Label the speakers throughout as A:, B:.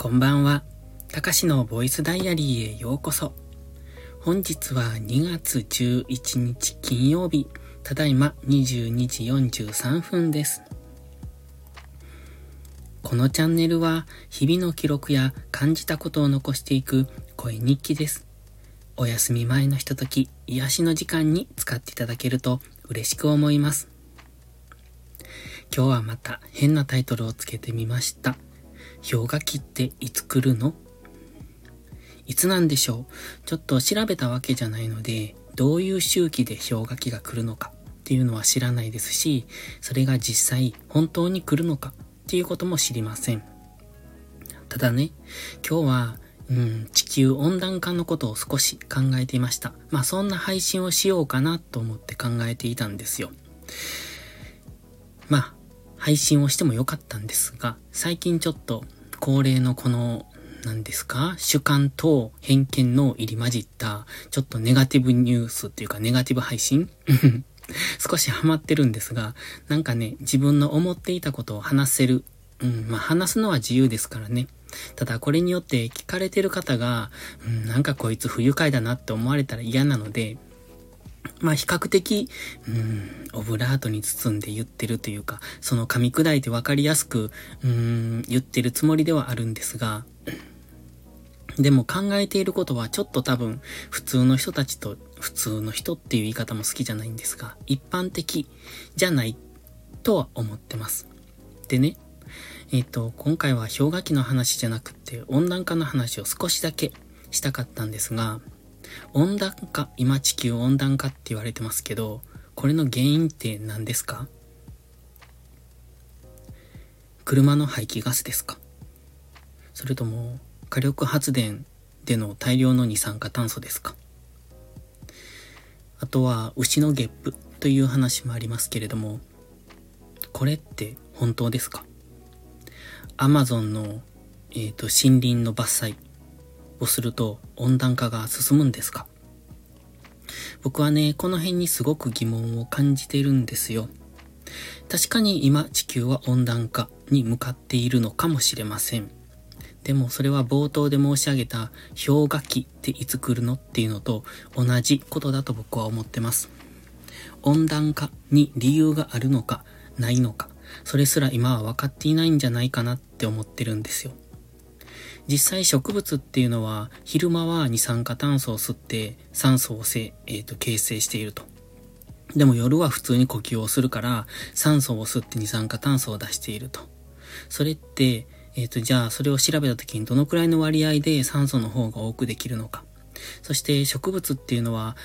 A: こんばんは。たかしのボイスダイアリーへようこそ。本日は2月11日金曜日、ただいま22時43分です。このチャンネルは日々の記録や感じたことを残していく声日記です。お休み前のひととき、癒しの時間に使っていただけると嬉しく思います。今日はまた変なタイトルをつけてみました。氷河期っていつ来るの？いつなんでしょう？ちょっと調べたわけじゃないので、どういう周期で氷河期が来るのかっていうのは知らないですし、それが実際本当に来るのかっていうことも知りません。ただね、今日は地球温暖化のことを少し考えていました。そんな配信をしようかなと思って考えていたんですよ。配信をしてもよかったんですが、最近ちょっと恒例のこの主観と偏見の入り混じったちょっとネガティブニュースっていうかネガティブ配信少しハマってるんですが、自分の思っていたことを話せる。話すのは自由ですからね。ただこれによって聞かれてる方が、こいつ不愉快だなって思われたら嫌なので、比較的、オブラートに包んで言ってるというか、その噛み砕いて分かりやすく、言ってるつもりではあるんですが、でも考えていることはちょっと多分、普通の人っていう言い方も好きじゃないんですが、一般的じゃないとは思ってます。でね、今回は氷河期の話じゃなくて、温暖化の話を少しだけしたかったんですが、温暖化、今地球温暖化って言われてますけど、これの原因って何ですか？車の排気ガスですか？それとも火力発電での大量の二酸化炭素ですか？あとは牛のゲップという話もありますけれども、これって本当ですか？アマゾンの、森林の伐採をすると温暖化が進むんですか？僕はね、この辺にすごく疑問を感じているんですよ。確かに今地球は温暖化に向かっているのかもしれません。でもそれは冒頭で申し上げた氷河期っていつ来るのっていうのと同じことだと僕は思ってます。温暖化に理由があるのかないのか、それすら今は分かっていないんじゃないかなって思ってるんですよ。実際植物っていうのは昼間は二酸化炭素を吸って酸素を形成していると。でも夜は普通に呼吸をするから酸素を吸って二酸化炭素を出していると。それってじゃあそれを調べた時にどのくらいの割合で酸素の方が多くできるのか。そして植物っていうのは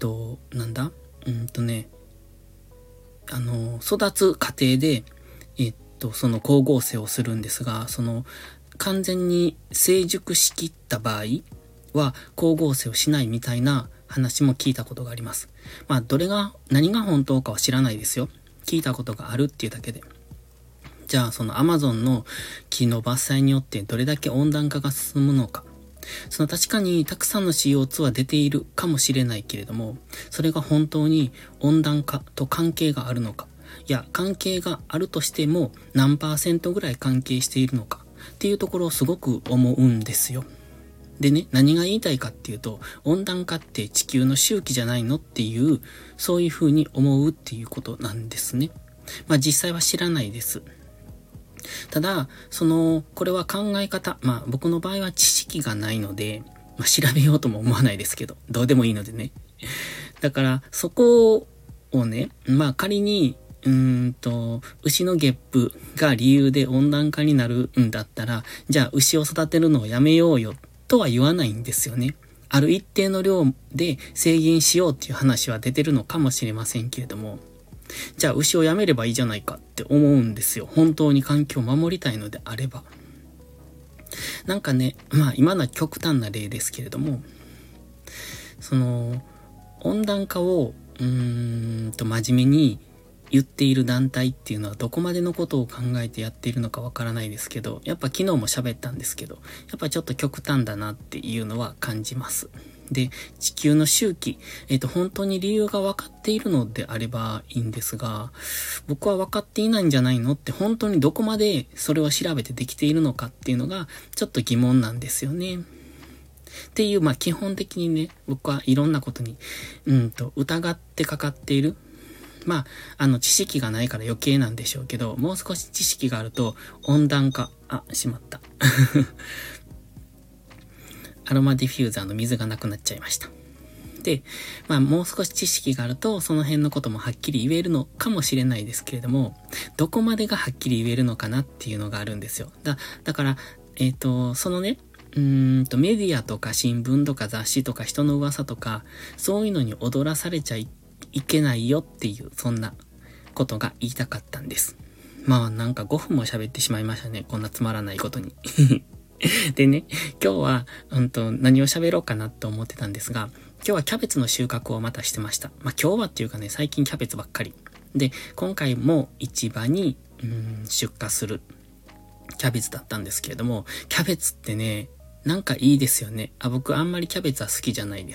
A: 育つ過程でその光合成をするんですが、その完全に成熟しきった場合は光合成をしないみたいな話も聞いたことがあります。何が本当かは知らないですよ。聞いたことがあるっていうだけで。じゃあそのアマゾンの木の伐採によってどれだけ温暖化が進むのか。確かにたくさんの CO2 は出ているかもしれないけれども、それが本当に温暖化と関係があるのか。いや、関係があるとしても何%ぐらい関係しているのかっていうところをすごく思うんですよ。でね、何が言いたいかっていうと、温暖化って地球の周期じゃないのっていう、そういう風に思うっていうことなんですね。実際は知らないです。ただ、これは考え方、僕の場合は知識がないので、調べようとも思わないですけど、どうでもいいのでね。だから、そこをね、仮に、牛のゲップが理由で温暖化になるんだったら、じゃあ牛を育てるのをやめようよとは言わないんですよね。ある一定の量で制限しようっていう話は出てるのかもしれませんけれども、じゃあ牛をやめればいいじゃないかって思うんですよ。本当に環境を守りたいのであれば。今のは極端な例ですけれども、温暖化を真面目に言っている団体っていうのはどこまでのことを考えてやっているのかわからないですけど、やっぱ昨日も喋ったんですけど、やっぱちょっと極端だなっていうのは感じます。 で、地球の周期、本当に理由が分かっているのであればいいんですが、僕は分かっていないんじゃないのって、本当にどこまでそれを調べてできているのかっていうのが、ちょっと疑問なんですよね。っていう、基本的にね、僕はいろんなことに、疑ってかかっている。知識がないから余計なんでしょうけど、もう少し知識があると、温暖化、しまった。アロマディフューザーの水がなくなっちゃいました。で、もう少し知識があると、その辺のこともはっきり言えるのかもしれないですけれども、どこまでがはっきり言えるのかなっていうのがあるんですよ。だから、そのね、メディアとか新聞とか雑誌とか人の噂とか、そういうのに踊らされちゃいけないよっていう、そんなことが言いたかったんです。なんか5分も喋ってしまいましたね。こんなつまらないことに。でね、今日は、何を喋ろうかなと思ってたんですが、今日はキャベツの収穫をまたしてました。今日はっていうかね、最近キャベツばっかり。で、今回も市場に、出荷するキャベツだったんですけれども、キャベツってね、なんかいいですよね。僕あんまりキャベツは好きじゃないです。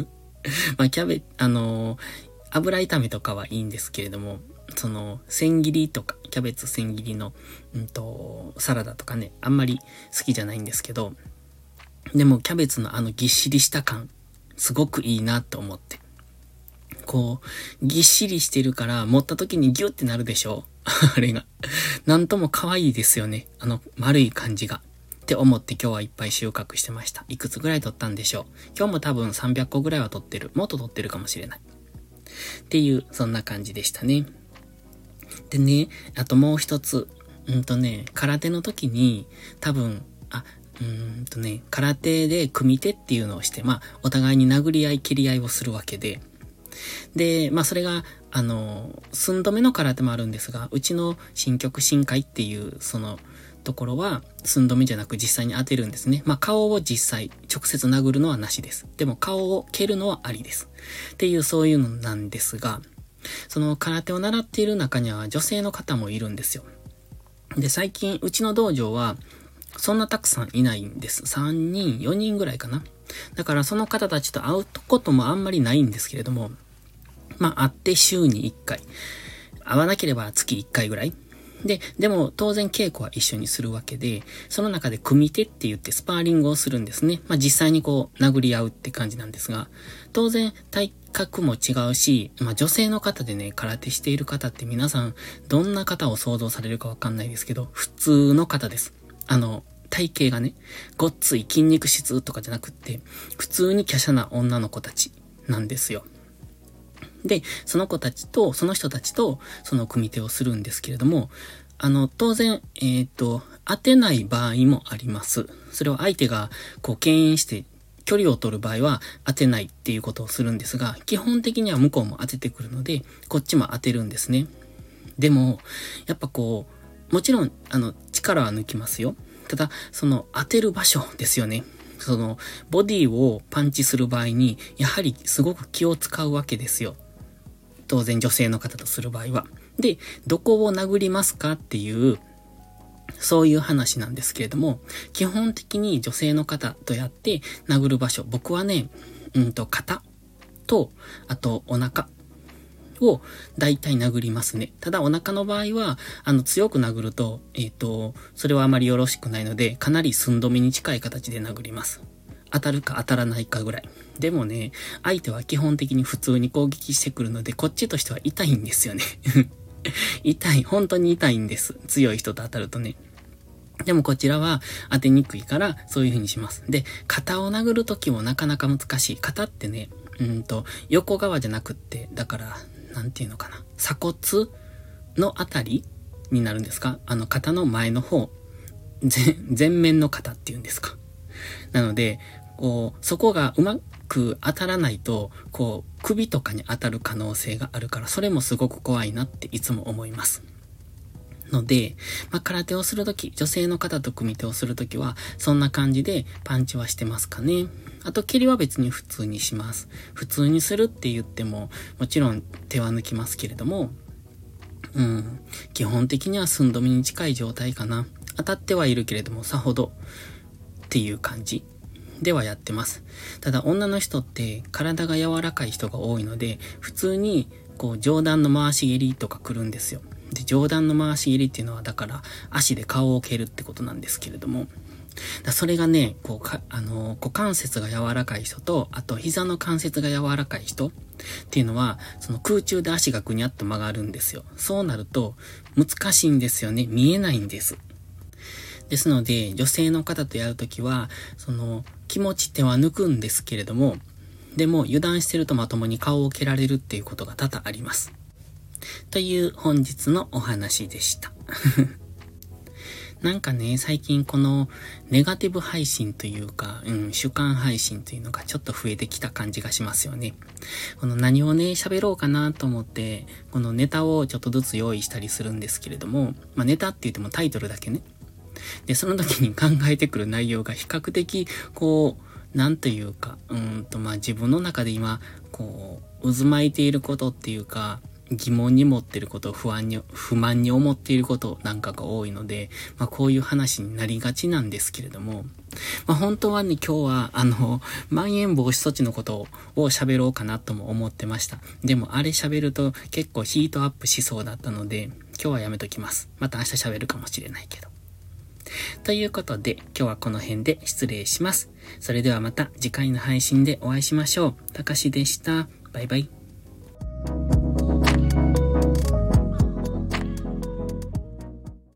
A: 油炒めとかはいいんですけれども、千切りとか、キャベツ千切りの、サラダとかね、あんまり好きじゃないんですけど、でもキャベツのぎっしりした感、すごくいいなと思って。ぎっしりしてるから、持った時にギュッてなるでしょあれが。なんとも可愛いですよね。丸い感じが。って思って今日はいっぱい収穫してました。いくつぐらい取ったんでしょう。今日も多分300個ぐらいは取ってる。もっと取ってるかもしれない。っていう、そんな感じでしたね。でね、あともう一つ。空手の時に、多分、空手で組手っていうのをして、お互いに殴り合い、蹴り合いをするわけで。で、それが、寸止めの空手もあるんですが、うちの新曲新会っていう、ところは、寸止めじゃなく実際に当てるんですね。顔を実際、直接殴るのはなしです。でも顔を蹴るのはありです。っていう、そういうのなんですが、その空手を習っている中には女性の方もいるんですよ。で、最近、うちの道場は、そんなたくさんいないんです。3人、4人ぐらいかな。だからその方たちと会うこともあんまりないんですけれども、会って週に1回。会わなければ月1回ぐらい。でも当然稽古は一緒にするわけで、その中で組手って言ってスパーリングをするんですね。実際に殴り合うって感じなんですが、当然体格も違うし、女性の方でね、空手している方って皆さんどんな方を想像されるかわかんないですけど、普通の方です。体型がね、ごっつい筋肉質とかじゃなくって、普通に華奢な女の子たちなんですよ。で、その人たちと、その組手をするんですけれども、当然、当てない場合もあります。それは相手が、敬遠して、距離を取る場合は当てないっていうことをするんですが、基本的には向こうも当ててくるので、こっちも当てるんですね。でも、やっぱもちろん、力は抜きますよ。ただ、当てる場所ですよね。ボディをパンチする場合に、やはりすごく気を使うわけですよ。当然女性の方とする場合は。で、どこを殴りますかっていう、そういう話なんですけれども、基本的に女性の方とやって殴る場所、僕はね、肩と、あとお腹をだいたい殴りますね。ただお腹の場合は、強く殴ると、それはあまりよろしくないので、かなり寸止めに近い形で殴ります。当たるか当たらないかぐらい。でもね、相手は基本的に普通に攻撃してくるので、こっちとしては痛いんですよね。痛い。本当に痛いんです。強い人と当たるとね。でもこちらは当てにくいから、そういう風にします。で、肩を殴るときもなかなか難しい。肩ってね、横側じゃなくって、だから、なんていうのかな。鎖骨のあたりになるんですか？肩の前の方。前面の肩っていうんですか。なので、そこがうまく当たらないと、首とかに当たる可能性があるから、それもすごく怖いなっていつも思います。ので、空手をするとき、女性の方と組手をするときは、そんな感じでパンチはしてますかね。あと、蹴りは別に普通にします。普通にするって言っても、もちろん手は抜きますけれども、基本的には寸止めに近い状態かな。当たってはいるけれども、さほどっていう感じ。 ではやってます。ただ女の人って体が柔らかい人が多いので、普通に上段の回し蹴りとか来るんですよ。で、上段の回し蹴りっていうのはだから足で顔を蹴るってことなんですけれども、それがね、股関節が柔らかい人と、あと膝の関節が柔らかい人っていうのは、その空中で足がぐにゃっと曲がるんですよ。そうなると難しいんですよね。見えないんです。ですので、女性の方とやるときは、気持ち手は抜くんですけれども、でも油断してるとまともに顔を蹴られるっていうことが多々あります。という本日のお話でした。なんかね、最近このネガティブ配信というか、主観配信というのがちょっと増えてきた感じがしますよね。この何をね、喋ろうかなと思って、このネタをちょっとずつ用意したりするんですけれども、ネタって言ってもタイトルだけね。で、その時に考えてくる内容が比較的、なんというか、自分の中で今、渦巻いていることっていうか、疑問に持っていること、不満に思っていることなんかが多いので、こういう話になりがちなんですけれども、本当はね、今日は、まん延防止措置のことを喋ろうかなとも思ってました。でも、あれ喋ると結構ヒートアップしそうだったので、今日はやめときます。また明日喋るかもしれないけど。ということで、今日はこの辺で失礼します。それではまた次回の配信でお会いしましょう。たかしでした。バイバイ。